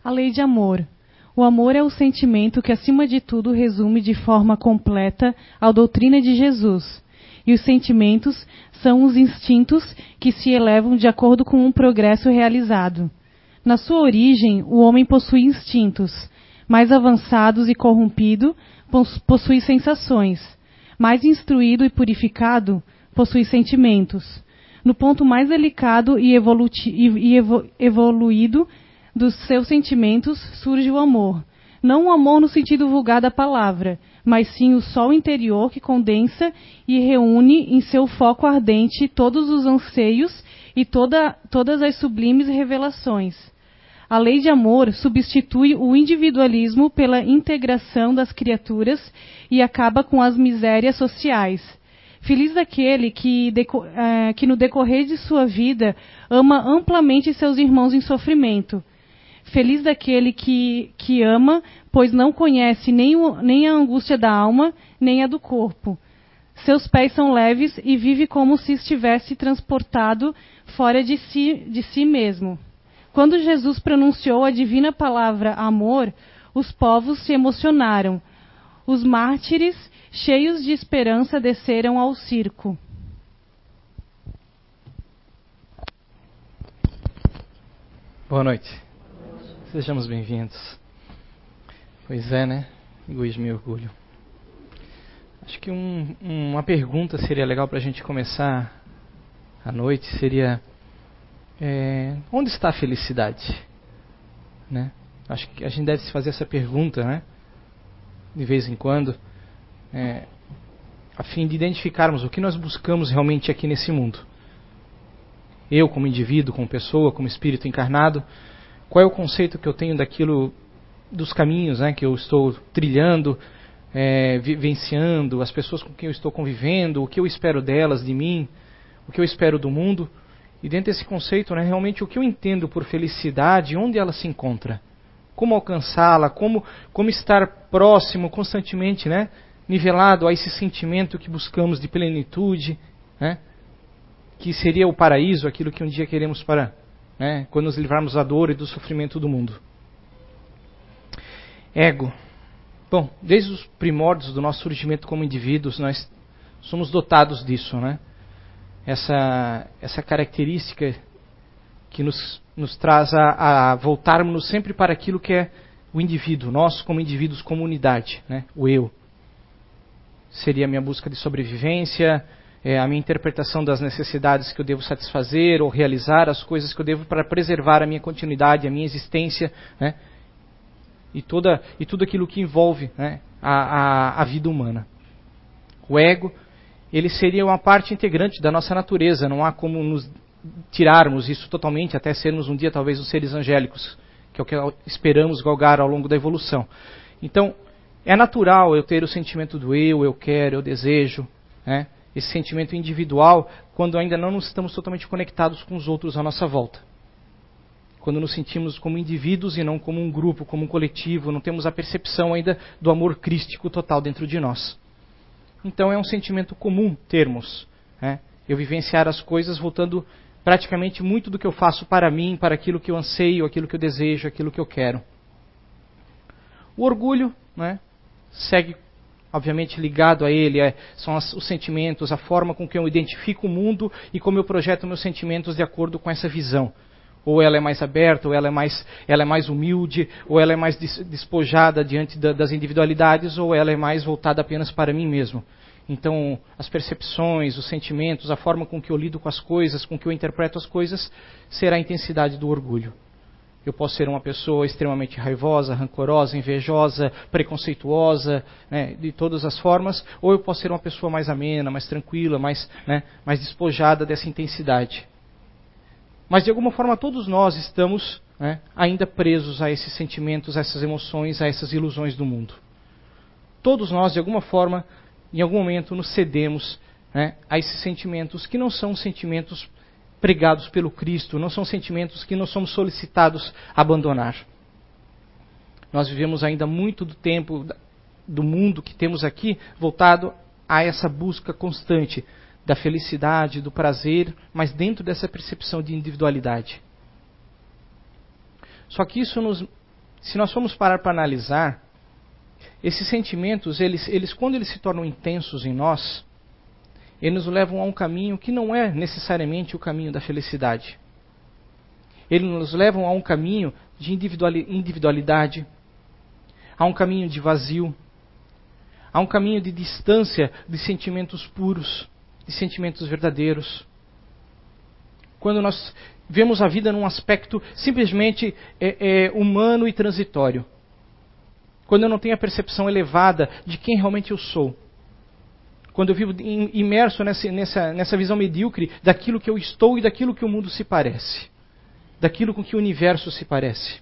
A lei de amor. O amor é o sentimento que, acima de tudo, resume de forma completa a doutrina de Jesus. E os sentimentos são os instintos que se elevam de acordo com um progresso realizado. Na sua origem, o homem possui instintos. Mais avançados e corrompido, possui sensações. Mais instruído e purificado, possui sentimentos. No ponto mais delicado e evoluído dos seus sentimentos surge o amor. Não o amor no sentido vulgar da palavra, mas sim o sol interior que condensa e reúne em seu foco ardente todos os anseios e todas as sublimes revelações. A lei de amor substitui o individualismo pela integração das criaturas e acaba com as misérias sociais. Feliz daquele que no decorrer de sua vida ama amplamente seus irmãos em sofrimento. Feliz daquele que ama, pois não conhece nem a angústia da alma, nem a do corpo. Seus pés são leves e vive como se estivesse transportado fora de si mesmo. Quando Jesus pronunciou a divina palavra amor, os povos se emocionaram. Os mártires, cheios de esperança, desceram ao circo. Boa noite. Sejamos bem-vindos. Pois é, né? Egoísmo e orgulho. Acho que uma pergunta seria legal para a gente começar a noite, seria... onde está a felicidade? Né? Acho que a gente deve se fazer essa pergunta, né? De vez em quando, a fim de identificarmos o que nós buscamos realmente aqui nesse mundo. Eu, como indivíduo, como pessoa, como espírito encarnado, qual é o conceito que eu tenho daquilo, dos caminhos, né, que eu estou trilhando, vivenciando, as pessoas com quem eu estou convivendo, o que eu espero delas, de mim, o que eu espero do mundo. E dentro desse conceito, né, realmente o que eu entendo por felicidade, onde ela se encontra, como alcançá-la, como estar próximo constantemente, né, nivelado a esse sentimento que buscamos de plenitude, né, que seria o paraíso, aquilo que um dia queremos para, né, quando nos livrarmos da dor e do sofrimento do mundo. Ego. Bom, desde os primórdios do nosso surgimento como indivíduos, nós somos dotados disso, né? Essa característica que nos traz a voltarmos sempre para aquilo que é o indivíduo, nós como indivíduos, como unidade, né? O eu. Seria a minha busca de sobrevivência, a minha interpretação das necessidades que eu devo satisfazer ou realizar, as coisas que eu devo para preservar a minha continuidade, a minha existência, né? E tudo aquilo que envolve, né, a vida humana. O ego, ele seria uma parte integrante da nossa natureza, não há como nos tirarmos isso totalmente até sermos um dia talvez os seres angélicos, que é o que esperamos galgar ao longo da evolução. Então, é natural eu ter o sentimento do eu quero, eu desejo, né? Esse sentimento individual, quando ainda não nos estamos totalmente conectados com os outros à nossa volta. Quando nos sentimos como indivíduos e não como um grupo, como um coletivo, não temos a percepção ainda do amor crístico total dentro de nós. Então é um sentimento comum termos, né? Eu vivenciar as coisas voltando praticamente muito do que eu faço para mim, para aquilo que eu anseio, aquilo que eu desejo, aquilo que eu quero. O orgulho, né, segue obviamente ligado a ele, são os sentimentos, a forma com que eu identifico o mundo e como eu projeto meus sentimentos de acordo com essa visão. Ou ela é mais aberta, ou ela é mais humilde, ou ela é mais despojada diante das individualidades, ou ela é mais voltada apenas para mim mesmo. Então, as percepções, os sentimentos, a forma com que eu lido com as coisas, com que eu interpreto as coisas, será a intensidade do orgulho. Eu posso ser uma pessoa extremamente raivosa, rancorosa, invejosa, preconceituosa, né, de todas as formas, ou eu posso ser uma pessoa mais amena, mais tranquila, mais despojada dessa intensidade. Mas de alguma forma todos nós estamos, né, ainda presos a esses sentimentos, a essas emoções, a essas ilusões do mundo. Todos nós, de alguma forma, em algum momento, nos cedemos, né, a esses sentimentos que não são sentimentos pregados pelo Cristo, não são sentimentos que nós somos solicitados a abandonar. Nós vivemos ainda muito do tempo do mundo que temos aqui voltado a essa busca constante da felicidade, do prazer, mas dentro dessa percepção de individualidade. Só que isso se nós formos parar para analisar, esses sentimentos, eles quando eles se tornam intensos em nós, eles nos levam a um caminho que não é necessariamente o caminho da felicidade. Eles nos levam a um caminho de individualidade, a um caminho de vazio, a um caminho de distância de sentimentos puros, de sentimentos verdadeiros. Quando nós vemos a vida num aspecto simplesmente humano e transitório. Quando eu não tenho a percepção elevada de quem realmente eu sou. Quando eu vivo imerso nessa visão medíocre daquilo que eu estou e daquilo que o mundo se parece. Daquilo com que o universo se parece.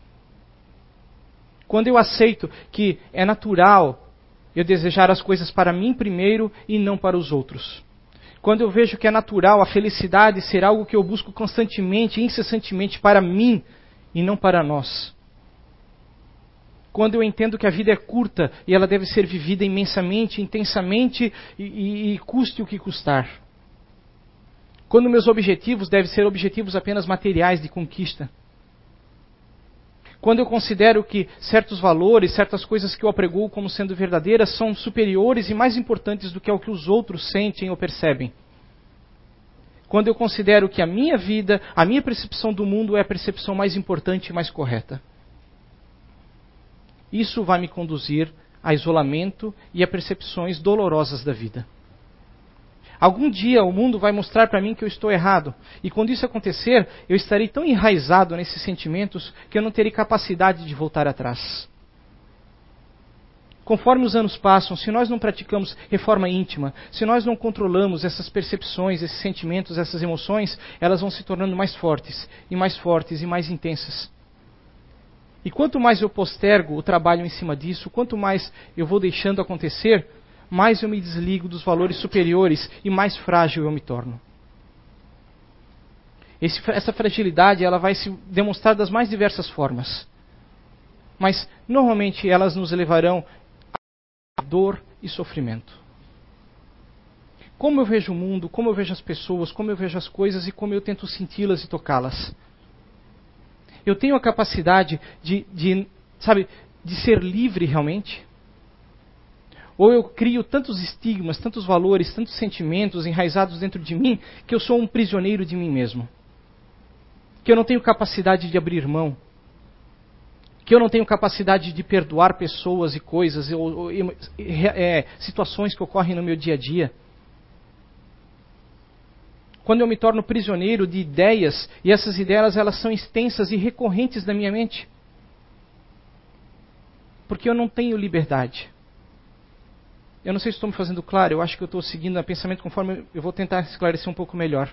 Quando eu aceito que é natural eu desejar as coisas para mim primeiro e não para os outros. Quando eu vejo que é natural a felicidade ser algo que eu busco constantemente, incessantemente para mim e não para nós. Quando eu entendo que a vida é curta e ela deve ser vivida imensamente, intensamente e custe o que custar. Quando meus objetivos devem ser objetivos apenas materiais de conquista. Quando eu considero que certos valores, certas coisas que eu apregoo como sendo verdadeiras são superiores e mais importantes do que o que os outros sentem ou percebem. Quando eu considero que a minha vida, a minha percepção do mundo é a percepção mais importante e mais correta. Isso vai me conduzir a isolamento e a percepções dolorosas da vida. Algum dia o mundo vai mostrar para mim que eu estou errado. E quando isso acontecer, eu estarei tão enraizado nesses sentimentos que eu não terei capacidade de voltar atrás. Conforme os anos passam, se nós não praticamos reforma íntima, se nós não controlamos essas percepções, esses sentimentos, essas emoções, elas vão se tornando mais fortes e mais intensas. E quanto mais eu postergo o trabalho em cima disso, quanto mais eu vou deixando acontecer, mais eu me desligo dos valores superiores e mais frágil eu me torno. Essa fragilidade ela vai se demonstrar das mais diversas formas. Mas, normalmente, elas nos levarão a dor e sofrimento. Como eu vejo o mundo, como eu vejo as pessoas, como eu vejo as coisas e como eu tento senti-las e tocá-las. Eu tenho a capacidade de ser livre realmente? Ou eu crio tantos estigmas, tantos valores, tantos sentimentos enraizados dentro de mim, que eu sou um prisioneiro de mim mesmo. Que eu não tenho capacidade de abrir mão. Que eu não tenho capacidade de perdoar pessoas e coisas, situações que ocorrem no meu dia a dia. Quando eu me torno prisioneiro de ideias, e essas ideias elas são extensas e recorrentes na minha mente. Porque eu não tenho liberdade. Eu não sei se estou me fazendo claro, eu acho que eu estou seguindo o pensamento conforme eu vou tentar esclarecer um pouco melhor.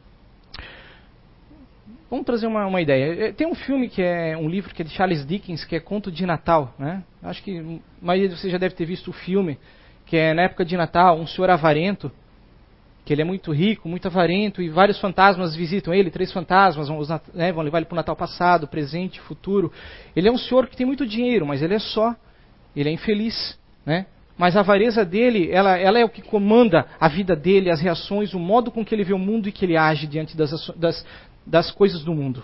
Vamos trazer uma ideia. Tem um filme que é um livro que é de Charles Dickens, que é Conto de Natal, né? Acho que a maioria de vocês já deve ter visto o filme, que é na época de Natal, um senhor avarento, que ele é muito rico, muito avarento, e vários fantasmas visitam ele, 3 fantasmas, vão levar ele para o Natal passado, presente, futuro. Ele é um senhor que tem muito dinheiro, mas ele é só, ele é infeliz, né? Mas a avareza dele, ela é o que comanda a vida dele, as reações, o modo com que ele vê o mundo e que ele age diante das coisas do mundo.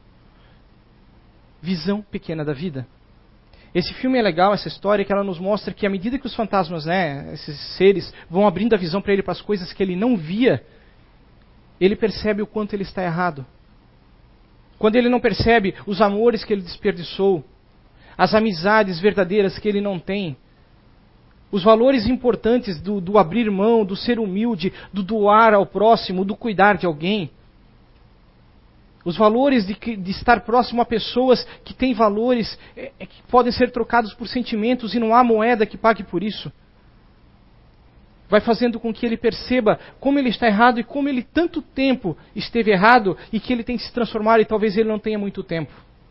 Visão pequena da vida. Esse filme é legal, essa história, que ela nos mostra que à medida que os fantasmas, esses seres, vão abrindo a visão para ele, para as coisas que ele não via, ele percebe o quanto ele está errado. Quando ele não percebe os amores que ele desperdiçou, as amizades verdadeiras que ele não tem, os valores importantes do abrir mão, do ser humilde, do doar ao próximo, do cuidar de alguém. Os valores de estar próximo a pessoas que têm valores que podem ser trocados por sentimentos e não há moeda que pague por isso. Vai fazendo com que ele perceba como ele está errado e como ele tanto tempo esteve errado e que ele tem que se transformar e talvez ele não tenha muito tempo.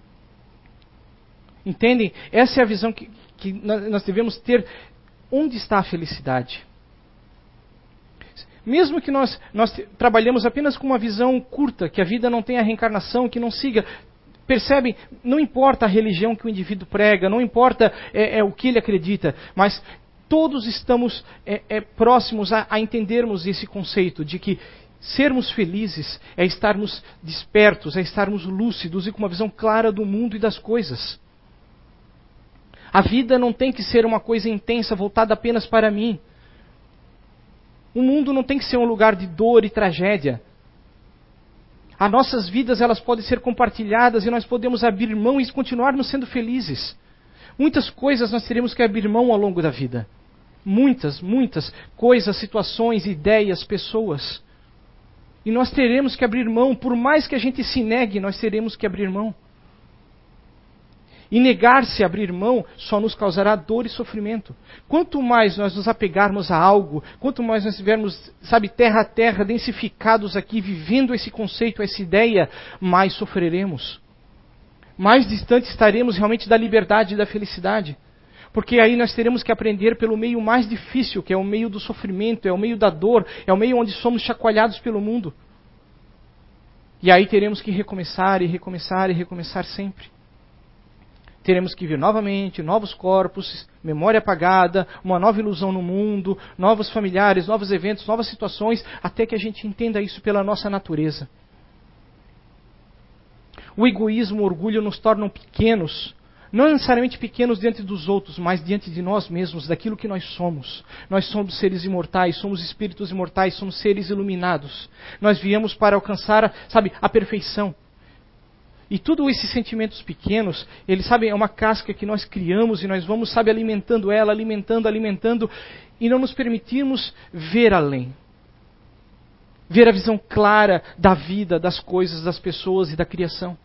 Entendem? Essa é a visão que nós devemos ter. Onde está a felicidade? Mesmo que nós trabalhemos apenas com uma visão curta, que a vida não tenha reencarnação, que não siga, percebem? Não importa a religião que o indivíduo prega, não importa o que ele acredita, mas todos estamos próximos a entendermos esse conceito de que sermos felizes é estarmos despertos, é estarmos lúcidos e com uma visão clara do mundo e das coisas. A vida não tem que ser uma coisa intensa, voltada apenas para mim. O mundo não tem que ser um lugar de dor e tragédia. As nossas vidas, elas podem ser compartilhadas e nós podemos abrir mão e continuarmos sendo felizes. Muitas coisas nós teremos que abrir mão ao longo da vida. Muitas coisas, situações, ideias, pessoas. E nós teremos que abrir mão, por mais que a gente se negue, nós teremos que abrir mão. E negar-se a abrir mão só nos causará dor e sofrimento. Quanto mais nós nos apegarmos a algo, quanto mais nós estivermos, terra a terra, densificados aqui, vivendo esse conceito, essa ideia, mais sofreremos. Mais distante estaremos realmente da liberdade e da felicidade. Porque aí nós teremos que aprender pelo meio mais difícil, que é o meio do sofrimento, é o meio da dor, é o meio onde somos chacoalhados pelo mundo. E aí teremos que recomeçar e recomeçar e recomeçar sempre. Teremos que vir novamente, novos corpos, memória apagada, uma nova ilusão no mundo, novos familiares, novos eventos, novas situações, até que a gente entenda isso pela nossa natureza. O egoísmo, o orgulho nos tornam pequenos, não necessariamente pequenos diante dos outros, mas diante de nós mesmos, daquilo que nós somos. Nós somos seres imortais, somos espíritos imortais, somos seres iluminados. Nós viemos para alcançar, a perfeição. E todos esses sentimentos pequenos, eles, é uma casca que nós criamos e nós vamos, alimentando ela, alimentando, e não nos permitimos ver além. Ver a visão clara da vida, das coisas, das pessoas e da criação.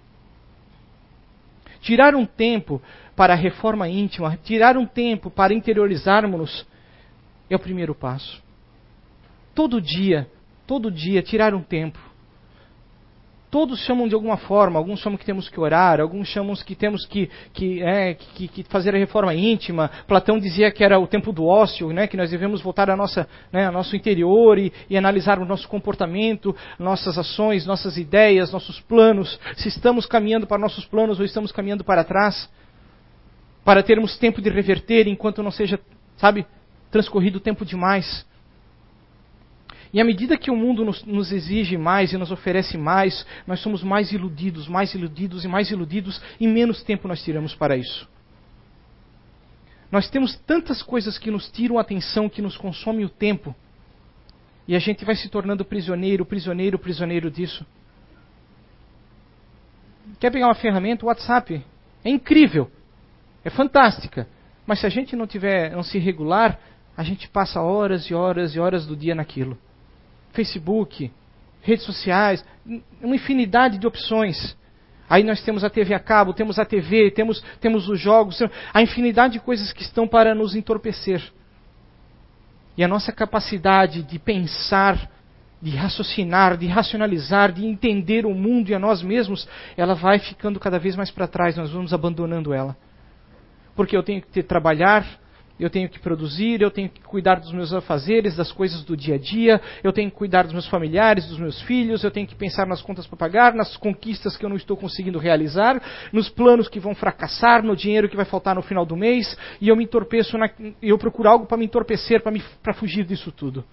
Tirar um tempo para a reforma íntima, tirar um tempo para interiorizarmos-nos, é o primeiro passo. Todo dia, tirar um tempo. Todos chamam de alguma forma, alguns chamam que temos que orar, alguns chamam que temos que fazer a reforma íntima. Platão dizia que era o tempo do ócio, que nós devemos voltar ao nosso interior e analisar o nosso comportamento, nossas ações, nossas ideias, nossos planos, se estamos caminhando para nossos planos ou estamos caminhando para trás, para termos tempo de reverter enquanto não seja, transcorrido tempo demais. E à medida que o mundo nos exige mais e nos oferece mais, nós somos mais iludidos e menos tempo nós tiramos para isso. Nós temos tantas coisas que nos tiram a atenção, que nos consomem o tempo, e a gente vai se tornando prisioneiro disso. Quer pegar uma ferramenta? O WhatsApp. É incrível, é fantástica, mas se a gente não se regular, a gente passa horas e horas e horas do dia naquilo. Facebook, redes sociais, uma infinidade de opções. Aí nós temos a TV a cabo, temos a TV, temos os jogos, a infinidade de coisas que estão para nos entorpecer. E a nossa capacidade de pensar, de raciocinar, de racionalizar, de entender o mundo e a nós mesmos, ela vai ficando cada vez mais para trás, nós vamos abandonando ela. Porque eu tenho que trabalhar, eu tenho que produzir, eu tenho que cuidar dos meus afazeres, das coisas do dia a dia, eu tenho que cuidar dos meus familiares, dos meus filhos, eu tenho que pensar nas contas para pagar, nas conquistas que eu não estou conseguindo realizar, nos planos que vão fracassar, no dinheiro que vai faltar no final do mês, e eu me entorpeço, eu procuro algo para me entorpecer, para fugir disso tudo.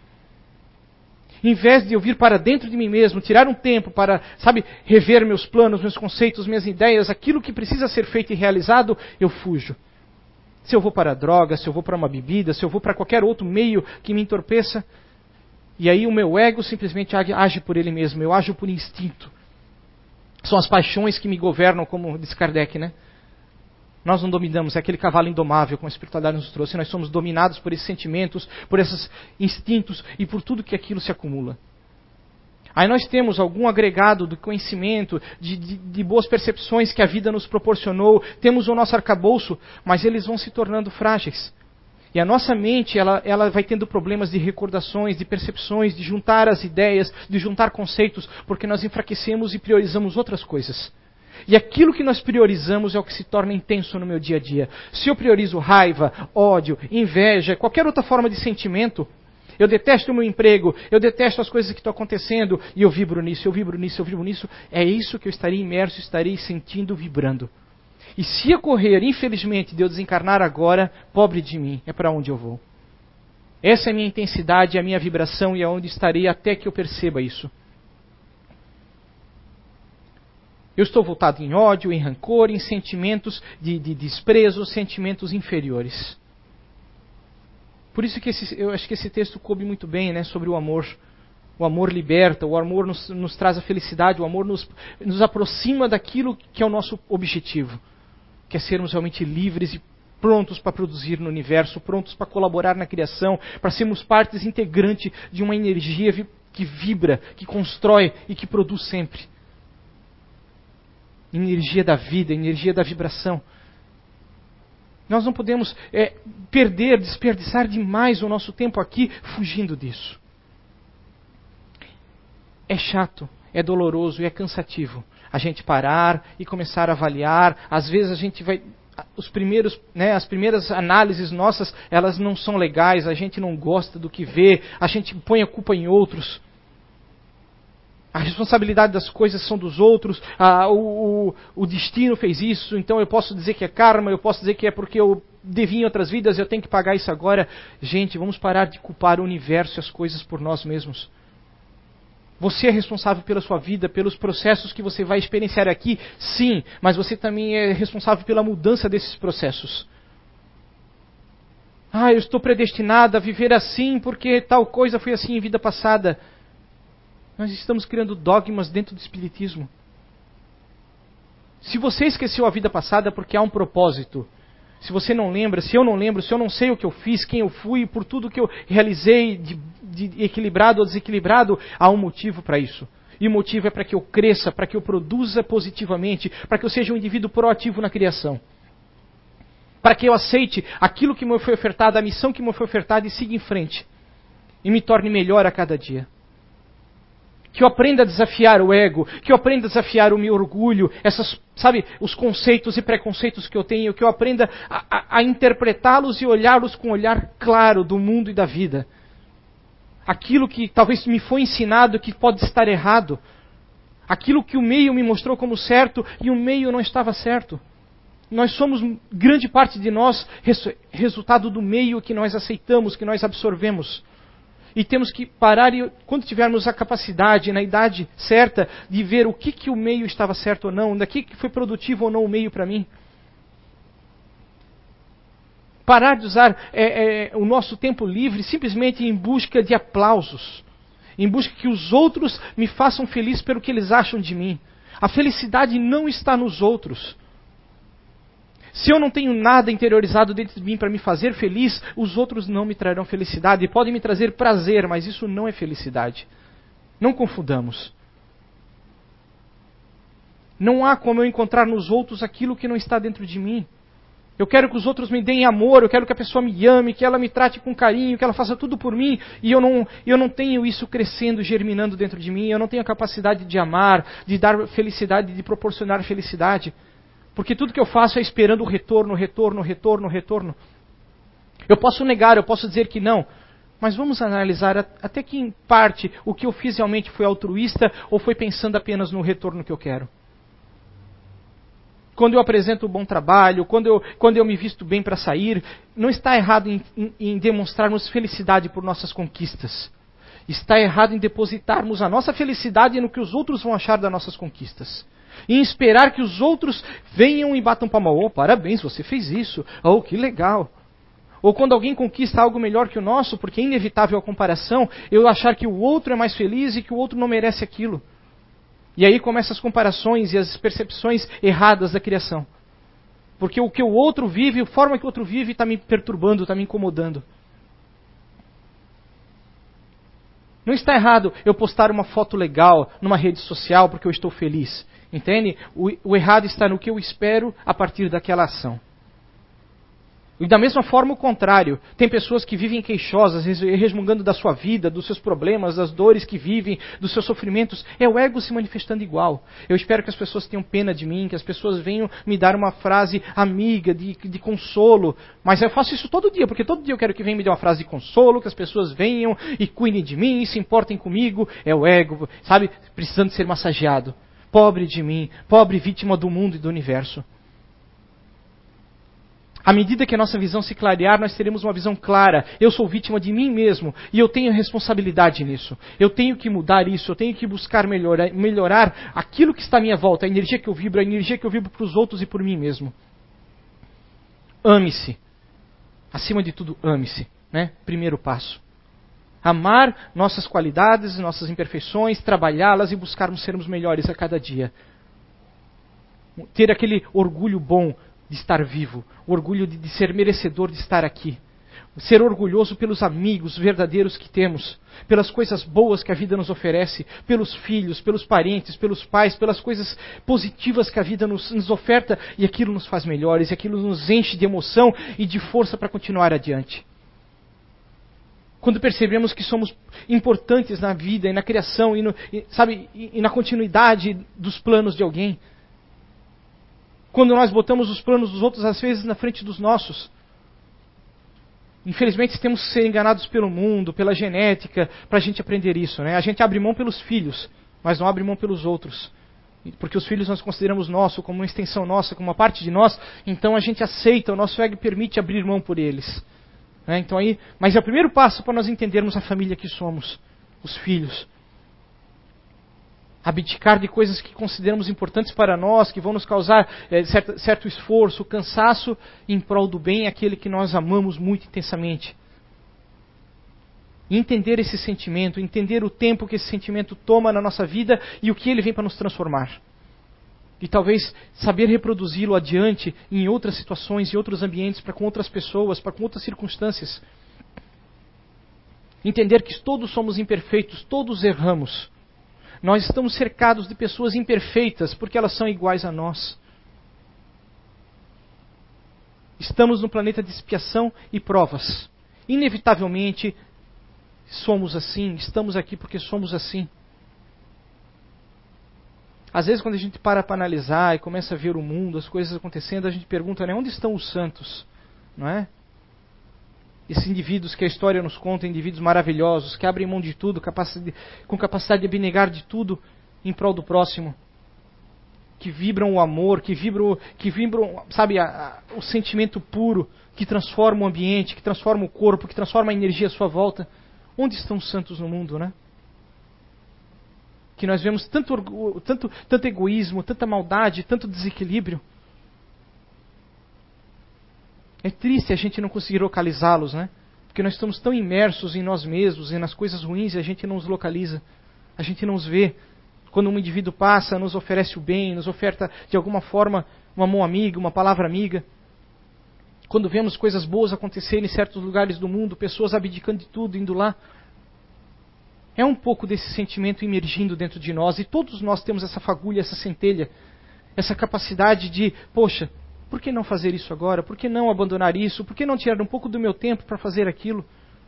Em vez de eu vir para dentro de mim mesmo, tirar um tempo para, rever meus planos, meus conceitos, minhas ideias, aquilo que precisa ser feito e realizado, eu fujo. Se eu vou para a droga, se eu vou para uma bebida, se eu vou para qualquer outro meio que me entorpeça, e aí o meu ego simplesmente age por ele mesmo, eu ajo por instinto. São as paixões que me governam, como diz Kardec, Nós não dominamos, é aquele cavalo indomável, como a espiritualidade nos trouxe, nós somos dominados por esses sentimentos, por esses instintos e por tudo que aquilo se acumula. Aí nós temos algum agregado do conhecimento, de boas percepções que a vida nos proporcionou, temos o nosso arcabouço, mas eles vão se tornando frágeis. E a nossa mente, ela vai tendo problemas de recordações, de percepções, de juntar as ideias, de juntar conceitos, porque nós enfraquecemos e priorizamos outras coisas. E aquilo que nós priorizamos é o que se torna intenso no meu dia a dia. Se eu priorizo raiva, ódio, inveja, qualquer outra forma de sentimento, eu detesto o meu emprego, eu detesto as coisas que estão acontecendo, e eu vibro nisso, é isso que eu estaria imerso, estarei sentindo, vibrando. E se ocorrer, infelizmente, de eu desencarnar agora, pobre de mim, é para onde eu vou. Essa é a minha intensidade, a minha vibração, e é onde estarei até que eu perceba isso. Eu estou voltado em ódio, em rancor, em sentimentos de desprezo, sentimentos inferiores. Por isso que eu acho que esse texto coube muito bem, né, sobre o amor. O amor liberta, o amor nos traz a felicidade, o amor nos aproxima daquilo que é o nosso objetivo, que é sermos realmente livres e prontos para produzir no universo, prontos para colaborar na criação, para sermos partes integrantes de uma energia que vibra, que constrói e que produz sempre. Energia da vida, energia da vibração. Nós não podemos desperdiçar demais o nosso tempo aqui fugindo disso. É chato, é doloroso e é cansativo a gente parar e começar a avaliar. Às vezes a gente vai... as primeiras análises nossas, elas não são legais, a gente não gosta do que vê, a gente põe a culpa em outros. A responsabilidade das coisas são dos outros, o destino fez isso, então eu posso dizer que é karma, eu posso dizer que é porque eu devia em outras vidas, eu tenho que pagar isso agora. Gente, vamos parar de culpar o universo e as coisas por nós mesmos. Você é responsável pela sua vida, pelos processos que você vai experienciar aqui, sim, mas você também é responsável pela mudança desses processos. Eu estou predestinado a viver assim porque tal coisa foi assim em vida passada. Nós estamos criando dogmas dentro do espiritismo. Se você esqueceu a vida passada porque há um propósito, se você não lembra, se eu não lembro, se eu não sei o que eu fiz, quem eu fui, por tudo que eu realizei de equilibrado ou desequilibrado, há um motivo para isso. E o motivo é para que eu cresça, para que eu produza positivamente, para que eu seja um indivíduo proativo na criação. Para que eu aceite aquilo que me foi ofertado, a missão que me foi ofertada e siga em frente. E me torne melhor a cada dia. Que eu aprenda a desafiar o ego, que eu aprenda a desafiar o meu orgulho, os conceitos e preconceitos que eu tenho, que eu aprenda a interpretá-los e olhá-los com um olhar claro do mundo e da vida. Aquilo que talvez me foi ensinado que pode estar errado. Aquilo que o meio me mostrou como certo e o meio não estava certo. Nós somos, grande parte de nós, resultado do meio que nós aceitamos, que nós absorvemos. E temos que parar e, quando tivermos a capacidade, na idade certa, de ver o que o meio estava certo ou não, daqui que foi produtivo ou não o meio para mim. Parar de usar o nosso tempo livre simplesmente em busca de aplausos. Em busca que os outros me façam feliz pelo que eles acham de mim. A felicidade não está nos outros. Se eu não tenho nada interiorizado dentro de mim para me fazer feliz, os outros não me trarão felicidade. Podem me trazer prazer, mas isso não é felicidade. Não confundamos. Não há como eu encontrar nos outros aquilo que não está dentro de mim. Eu quero que os outros me deem amor, eu quero que a pessoa me ame, que ela me trate com carinho, que ela faça tudo por mim, e eu não tenho isso crescendo, germinando dentro de mim, eu não tenho a capacidade de amar, de dar felicidade, de proporcionar felicidade. Porque tudo que eu faço é esperando o retorno. Eu posso negar, eu posso dizer que não. Mas vamos analisar até que em parte o que eu fiz realmente foi altruísta ou foi pensando apenas no retorno que eu quero. Quando eu apresento um bom trabalho, quando eu me visto bem para sair, não está errado em demonstrarmos felicidade por nossas conquistas. Está errado em depositarmos a nossa felicidade no que os outros vão achar das nossas conquistas. E em esperar que os outros venham e batam palma. Oh, parabéns, você fez isso. Oh, que legal. Ou quando alguém conquista algo melhor que o nosso, porque é inevitável a comparação, eu achar que o outro é mais feliz e que o outro não merece aquilo. E aí começam as comparações e as percepções erradas da criação. Porque o que o outro vive, a forma que o outro vive, está me perturbando, está me incomodando. Não está errado eu postar uma foto legal numa rede social porque eu estou feliz. Entende? O errado está no que eu espero a partir daquela ação. E da mesma forma o contrário. Tem pessoas que vivem queixosas, resmungando da sua vida, dos seus problemas, das dores que vivem, dos seus sofrimentos. É o ego se manifestando igual. Eu espero que as pessoas tenham pena de mim, que as pessoas venham me dar uma frase amiga, de consolo. Mas eu faço isso todo dia, porque todo dia eu quero que venham me dar uma frase de consolo, que as pessoas venham e cuidem de mim, e se importem comigo. É o ego, sabe, precisando ser massageado. Pobre de mim, pobre vítima do mundo e do universo. À medida que a nossa visão se clarear, nós teremos uma visão clara. Eu sou vítima de mim mesmo e eu tenho responsabilidade nisso. Eu tenho que mudar isso, eu tenho que buscar melhorar aquilo que está à minha volta, a energia que eu vibro para os outros e por mim mesmo. Ame-se. Acima de tudo, ame-se. Né? Primeiro passo. Amar nossas qualidades, nossas imperfeições, trabalhá-las e buscarmos sermos melhores a cada dia. Ter aquele orgulho bom de estar vivo, o orgulho de ser merecedor de estar aqui. Ser orgulhoso pelos amigos verdadeiros que temos, pelas coisas boas que a vida nos oferece, pelos filhos, pelos parentes, pelos pais, pelas coisas positivas que a vida nos oferta, e aquilo nos faz melhores, e aquilo nos enche de emoção e de força para continuar adiante. Quando percebemos que somos importantes na vida e na criação e na continuidade dos planos de alguém. Quando nós botamos os planos dos outros, às vezes, na frente dos nossos. Infelizmente, temos que ser enganados pelo mundo, pela genética, para a gente aprender isso. Né? A gente abre mão pelos filhos, mas não abre mão pelos outros. Porque os filhos nós consideramos nosso, como uma extensão nossa, como uma parte de nós, então a gente aceita, o nosso ego permite abrir mão por eles. Né? Então, mas é o primeiro passo para nós entendermos a família que somos, os filhos. Abdicar de coisas que consideramos importantes para nós, que vão nos causar certo esforço, cansaço, em prol do bem, aquele que nós amamos muito intensamente. E entender esse sentimento, entender o tempo que esse sentimento toma na nossa vida e o que ele vem para nos transformar. E talvez saber reproduzi-lo adiante em outras situações, em outros ambientes, para com outras pessoas, para com outras circunstâncias. Entender que todos somos imperfeitos, todos erramos. Nós estamos cercados de pessoas imperfeitas, porque elas são iguais a nós. Estamos no planeta de expiação e provas. Inevitavelmente, somos assim, estamos aqui porque somos assim. Às vezes, quando a gente para analisar e começa a ver o mundo, as coisas acontecendo, a gente pergunta, né, onde estão os santos? Não é? Esses indivíduos que a história nos conta, indivíduos maravilhosos, que abrem mão de tudo, com capacidade de abnegar de tudo em prol do próximo. Que vibram o amor, que vibram sabe, o sentimento puro, que transforma o ambiente, que transforma o corpo, que transforma a energia à sua volta. Onde estão os santos no mundo, né? Que nós vemos tanto egoísmo, tanta maldade, tanto desequilíbrio. É triste a gente não conseguir localizá-los, né? Porque nós estamos tão imersos em nós mesmos e nas coisas ruins e a gente não os localiza. A gente não os vê. Quando um indivíduo passa, nos oferece o bem, nos oferta de alguma forma uma mão amiga, uma palavra amiga. Quando vemos coisas boas acontecerem em certos lugares do mundo, pessoas abdicando de tudo, indo lá. É um pouco desse sentimento emergindo dentro de nós. E todos nós temos essa fagulha, essa centelha, essa capacidade de, poxa, por que não fazer isso agora? Por que não abandonar isso? Por que não tirar um pouco do meu tempo para fazer aquilo?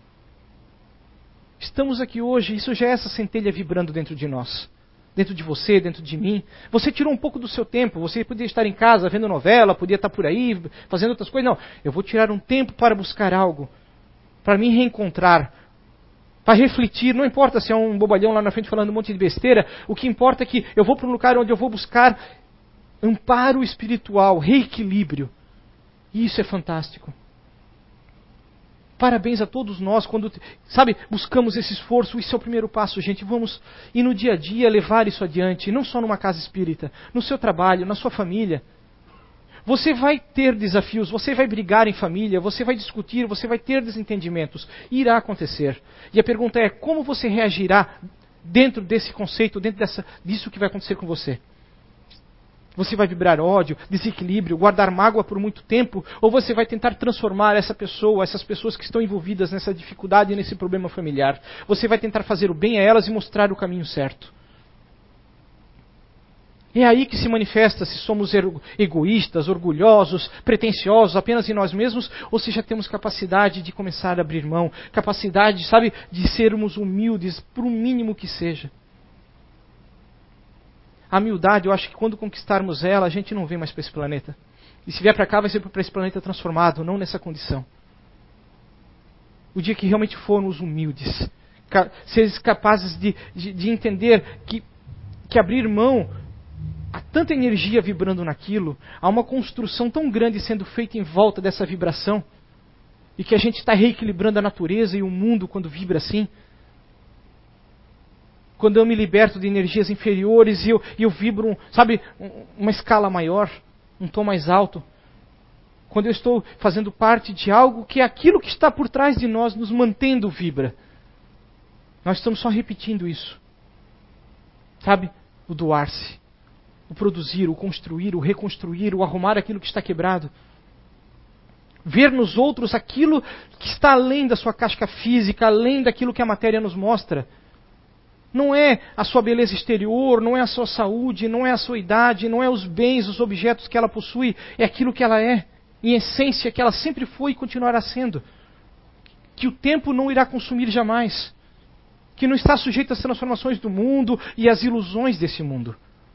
Estamos aqui hoje, isso já é essa centelha vibrando dentro de nós. Dentro de você, dentro de mim. Você tirou um pouco do seu tempo. Você podia estar em casa vendo novela, podia estar por aí fazendo outras coisas. Não, eu vou tirar um tempo para buscar algo. Para me reencontrar. Para refletir. Não importa se é um bobalhão lá na frente falando um monte de besteira. O que importa é que eu vou para um lugar onde eu vou buscar amparo espiritual, reequilíbrio. E isso é fantástico. Parabéns a todos nós quando, sabe, buscamos esse esforço. Isso é o primeiro passo, gente. Vamos, e no dia a dia, levar isso adiante. Não só numa casa espírita, no seu trabalho, na sua família. Você vai ter desafios, você vai brigar em família, você vai discutir, você vai ter desentendimentos. Irá acontecer. E a pergunta é, como você reagirá dentro desse conceito, dentro disso que vai acontecer com você? Você vai vibrar ódio, desequilíbrio, guardar mágoa por muito tempo? Ou você vai tentar transformar essa pessoa, essas pessoas que estão envolvidas nessa dificuldade e nesse problema familiar? Você vai tentar fazer o bem a elas e mostrar o caminho certo? É aí que se manifesta se somos egoístas, orgulhosos, pretensiosos apenas em nós mesmos, ou se já temos capacidade de começar a abrir mão, capacidade, sabe, de sermos humildes, por um mínimo que seja. A humildade, eu acho que quando conquistarmos ela, a gente não vem mais para esse planeta. E se vier para cá, vai ser para esse planeta transformado, não nessa condição. O dia que realmente formos humildes, seres capazes de entender que abrir mão tanta energia vibrando naquilo, há uma construção tão grande sendo feita em volta dessa vibração, e que a gente está reequilibrando a natureza e o mundo quando vibra assim. Quando eu me liberto de energias inferiores e eu vibro, uma escala maior, um tom mais alto. Quando eu estou fazendo parte de algo que é aquilo que está por trás de nós, nos mantendo vibra. Nós estamos só repetindo isso. O doar-se, o produzir, o construir, o reconstruir, o arrumar aquilo que está quebrado. Ver nos outros aquilo que está além da sua casca física, além daquilo que a matéria nos mostra. Não é a sua beleza exterior, não é a sua saúde, não é a sua idade, não é os bens, os objetos que ela possui, é aquilo que ela é, em essência, que ela sempre foi e continuará sendo. Que o tempo não irá consumir jamais. Que não está sujeito às transformações do mundo e às ilusões desse mundo.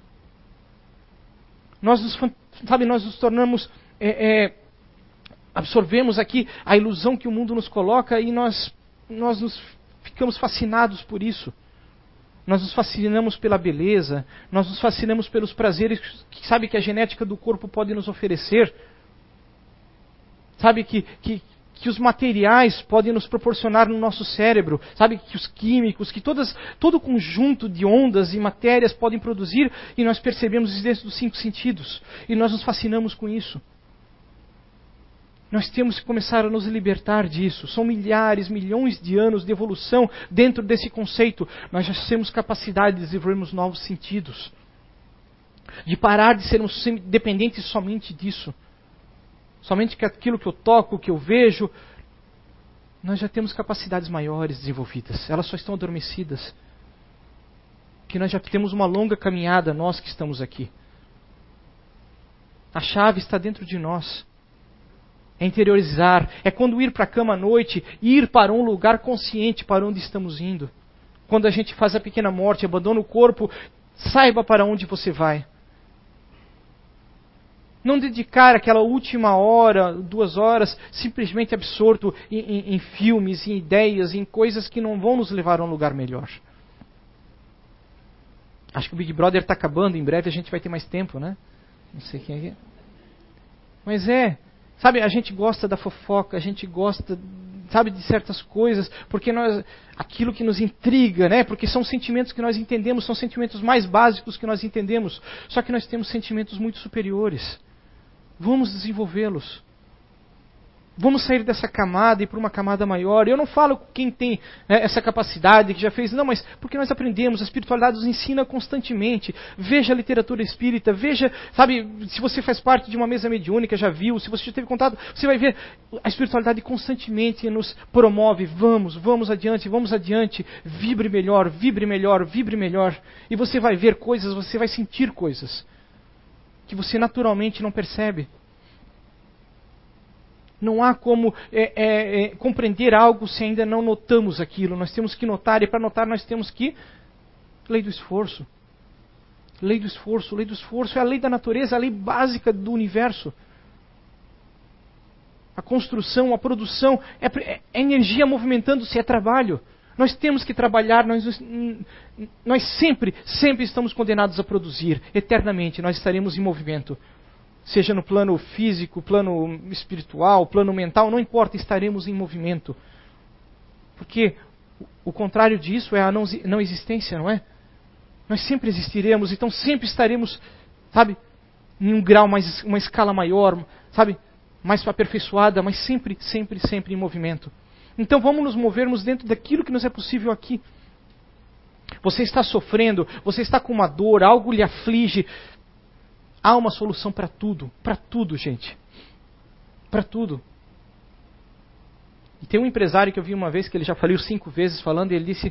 Nós nos tornamos, absorvemos aqui a ilusão que o mundo nos coloca e nós ficamos fascinados por isso. Nós nos fascinamos pela beleza, nós nos fascinamos pelos prazeres que a genética do corpo pode nos oferecer. Que os materiais podem nos proporcionar no nosso cérebro, que os químicos, que todo o conjunto de ondas e matérias podem produzir, e nós percebemos isso dentro dos 5 sentidos. E nós nos fascinamos com isso. Nós temos que começar a nos libertar disso. São milhares, milhões de anos de evolução dentro desse conceito. Nós já temos capacidade de desenvolvermos novos sentidos. De parar de sermos dependentes somente disso. Somente que aquilo que eu toco, que eu vejo. Nós já temos capacidades maiores desenvolvidas. Elas só estão adormecidas. Que nós já temos uma longa caminhada, nós que estamos aqui. A chave está dentro de nós. É interiorizar, é quando ir para a cama à noite, ir para um lugar consciente para onde estamos indo. Quando a gente faz a pequena morte, abandona o corpo, saiba para onde você vai. Não dedicar aquela última hora, 2 horas, simplesmente absorto em filmes, em ideias, em coisas que não vão nos levar a um lugar melhor. Acho que o Big Brother está acabando, em breve a gente vai ter mais tempo, né? Não sei quem é que é. Mas a gente gosta da fofoca, a gente gosta, de certas coisas, porque aquilo que nos intriga, né? Porque são sentimentos que nós entendemos, são sentimentos mais básicos que nós entendemos. Só que nós temos sentimentos muito superiores. Vamos desenvolvê-los. Vamos sair dessa camada e ir para uma camada maior. Eu não falo quem tem essa capacidade, que já fez, não, mas porque nós aprendemos, a espiritualidade nos ensina constantemente. Veja a literatura espírita, veja, se você faz parte de uma mesa mediúnica, já viu, se você já teve contato, você vai ver, a espiritualidade constantemente nos promove, vamos adiante, vibre melhor, vibre melhor, vibre melhor. E você vai ver coisas, você vai sentir coisas que você naturalmente não percebe. Não há como compreender algo se ainda não notamos aquilo. Nós temos que notar, e para notar nós temos que... Lei do esforço. Lei do esforço. Lei do esforço é a lei da natureza, a lei básica do universo. A construção, a produção, é energia movimentando-se, é trabalho. Nós temos que trabalhar, nós sempre estamos condenados a produzir. Eternamente nós estaremos em movimento. Seja no plano físico, plano espiritual, plano mental, não importa, estaremos em movimento. Porque o contrário disso é a não existência, não é? Nós sempre existiremos, então sempre estaremos, em um grau uma escala maior, mais aperfeiçoada, mas sempre em movimento. Então vamos nos movermos dentro daquilo que nos é possível aqui. Você está sofrendo, você está com uma dor, algo lhe aflige. Há uma solução para tudo, gente. Para tudo. E tem um empresário que eu vi uma vez, que ele já faliu 5 vezes falando, e ele disse,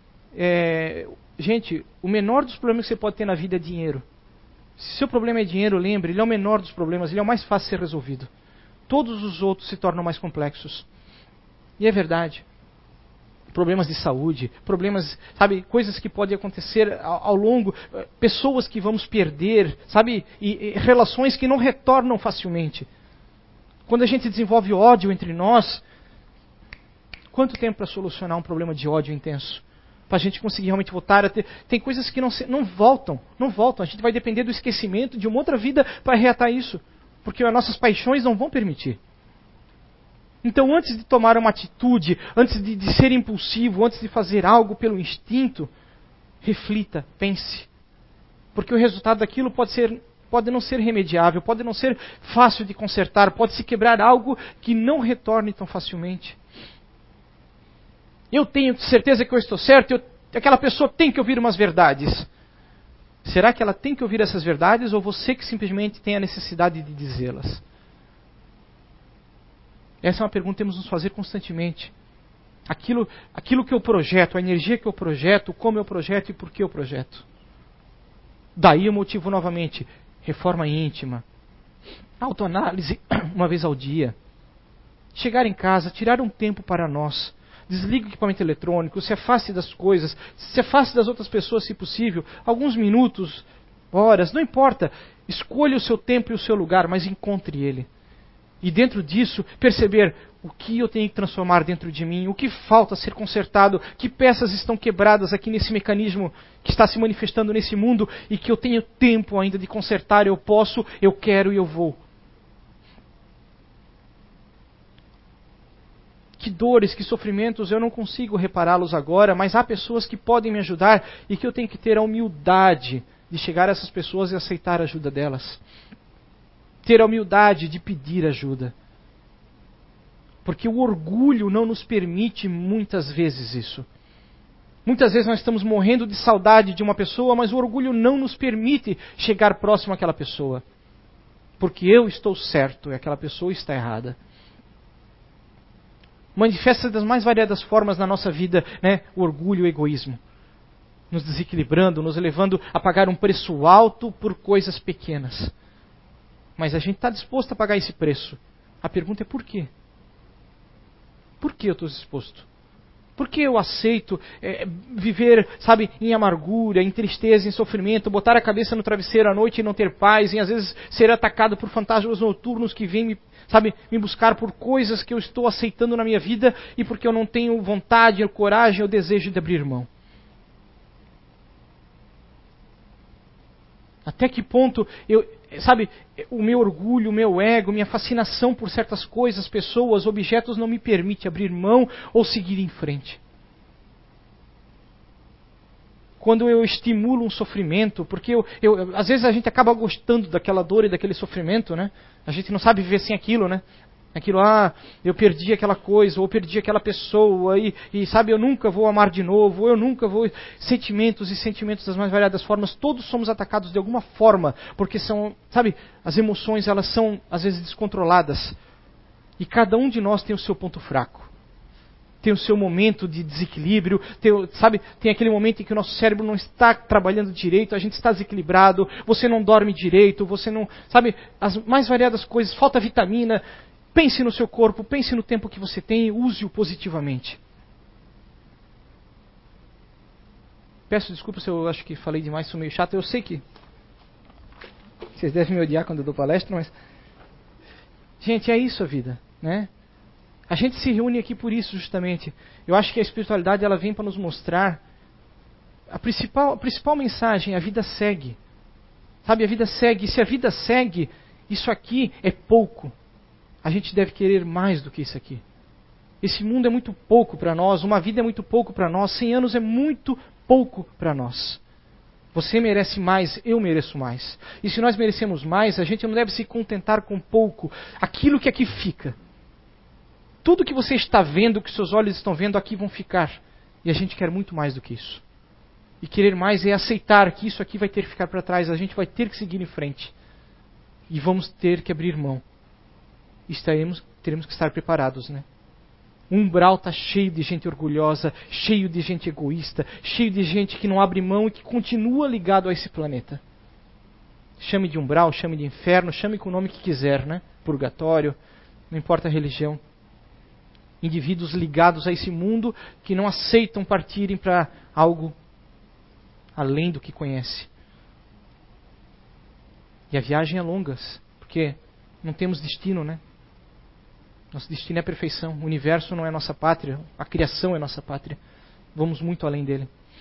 gente, o menor dos problemas que você pode ter na vida é dinheiro. Se seu problema é dinheiro, lembre, ele é o menor dos problemas, ele é o mais fácil de ser resolvido. Todos os outros se tornam mais complexos. E é verdade. Problemas de saúde, problemas, coisas que podem acontecer ao longo, pessoas que vamos perder, e relações que não retornam facilmente. Quando a gente desenvolve ódio entre nós, quanto tempo para solucionar um problema de ódio intenso? para a gente conseguir realmente voltar a ter. Tem coisas que não voltam. A gente vai depender do esquecimento de uma outra vida para reatar isso. Porque as nossas paixões não vão permitir. Então, antes de tomar uma atitude, antes de ser impulsivo, antes de fazer algo pelo instinto, reflita, pense. Porque o resultado daquilo pode não ser remediável, pode não ser fácil de consertar, pode se quebrar algo que não retorne tão facilmente. Eu tenho certeza que eu estou certo, aquela pessoa tem que ouvir umas verdades. Será que ela tem que ouvir essas verdades ou você que simplesmente tem a necessidade de dizê-las? Essa é uma pergunta que temos nos fazer constantemente. Aquilo que eu projeto, a energia que eu projeto, como eu projeto e por que eu projeto. Daí eu motivo novamente, reforma íntima, autoanálise uma vez ao dia. Chegar em casa, tirar um tempo para nós. Desligue o equipamento eletrônico, se afaste das coisas, se afaste das outras pessoas se possível. Alguns minutos, horas, não importa. Escolha o seu tempo e o seu lugar, mas encontre ele. E dentro disso, perceber o que eu tenho que transformar dentro de mim, o que falta ser consertado, que peças estão quebradas aqui nesse mecanismo que está se manifestando nesse mundo e que eu tenho tempo ainda de consertar, eu posso, eu quero e eu vou. Que dores, que sofrimentos, eu não consigo repará-los agora, mas há pessoas que podem me ajudar e que eu tenho que ter a humildade de chegar a essas pessoas e aceitar a ajuda delas. Ter a humildade de pedir ajuda. Porque o orgulho não nos permite muitas vezes isso. Muitas vezes nós estamos morrendo de saudade de uma pessoa, mas o orgulho não nos permite chegar próximo àquela pessoa. Porque eu estou certo e aquela pessoa está errada. Manifesta das mais variadas formas na nossa vida, né? O orgulho e o egoísmo. Nos desequilibrando, nos levando a pagar um preço alto por coisas pequenas. Mas a gente está disposto a pagar esse preço. A pergunta é por quê? Por que eu estou disposto? Por que eu aceito viver, sabe, em amargura, em tristeza, em sofrimento, botar a cabeça no travesseiro à noite e não ter paz, e às vezes ser atacado por fantasmas noturnos que vêm me buscar por coisas que eu estou aceitando na minha vida e porque eu não tenho vontade, coragem ou desejo de abrir mão? Até que ponto o meu orgulho, o meu ego, minha fascinação por certas coisas, pessoas, objetos não me permite abrir mão ou seguir em frente? Quando eu estimulo um sofrimento, porque às vezes a gente acaba gostando daquela dor e daquele sofrimento, né? A gente não sabe viver sem aquilo, né? Aquilo, eu perdi aquela coisa, ou perdi aquela pessoa, e eu nunca vou amar de novo, ou eu nunca vou... Sentimentos e sentimentos das mais variadas formas, todos somos atacados de alguma forma, porque as emoções, elas são, às vezes, descontroladas. E cada um de nós tem o seu ponto fraco. Tem o seu momento de desequilíbrio, tem aquele momento em que o nosso cérebro não está trabalhando direito, a gente está desequilibrado, você não dorme direito, você não... as mais variadas coisas, falta vitamina... Pense no seu corpo, pense no tempo que você tem e use-o positivamente. Peço desculpa se eu acho que falei demais, sou meio chato. Eu sei que vocês devem me odiar quando eu dou palestra, mas... Gente, é isso a vida, né? A gente se reúne aqui por isso, justamente. Eu acho que a espiritualidade ela vem para nos mostrar a principal mensagem: a vida segue. A vida segue. E se a vida segue, isso aqui é pouco. A gente deve querer mais do que isso aqui. Esse mundo é muito pouco para nós, uma vida é muito pouco para nós, 100 anos é muito pouco para nós. Você merece mais, eu mereço mais. E se nós merecemos mais, a gente não deve se contentar com pouco. Aquilo que aqui fica. Tudo que você está vendo, que seus olhos estão vendo, aqui vão ficar. E a gente quer muito mais do que isso. E querer mais é aceitar que isso aqui vai ter que ficar para trás, a gente vai ter que seguir em frente. E vamos ter que abrir mão. Teremos que estar preparados, né? O umbral está cheio de gente orgulhosa, cheio de gente egoísta, cheio de gente que não abre mão e que continua ligado a esse planeta. Chame de umbral, chame de inferno, chame com o nome que quiser, né? Purgatório, não importa a religião. Indivíduos ligados a esse mundo que não aceitam partirem para algo além do que conhece. E a viagem é longa, porque não temos destino, né? Nosso destino é a perfeição. O universo não é nossa pátria. A criação é nossa pátria. Vamos muito além dele.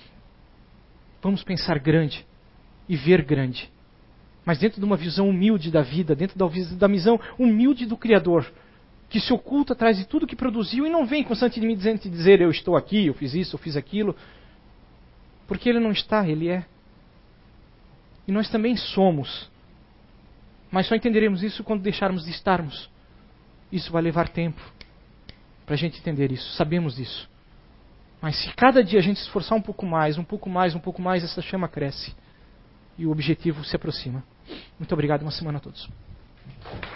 Vamos pensar grande e ver grande. Mas dentro de uma visão humilde da vida, dentro da visão humilde do Criador, que se oculta atrás de tudo que produziu e não vem constantemente dizer eu estou aqui, eu fiz isso, eu fiz aquilo. Porque Ele não está, Ele é. E nós também somos. Mas só entenderemos isso quando deixarmos de estarmos. Isso vai levar tempo para a gente entender isso, sabemos disso. Mas se cada dia a gente se esforçar um pouco mais, essa chama cresce. E o objetivo se aproxima. Muito obrigado, uma semana a todos.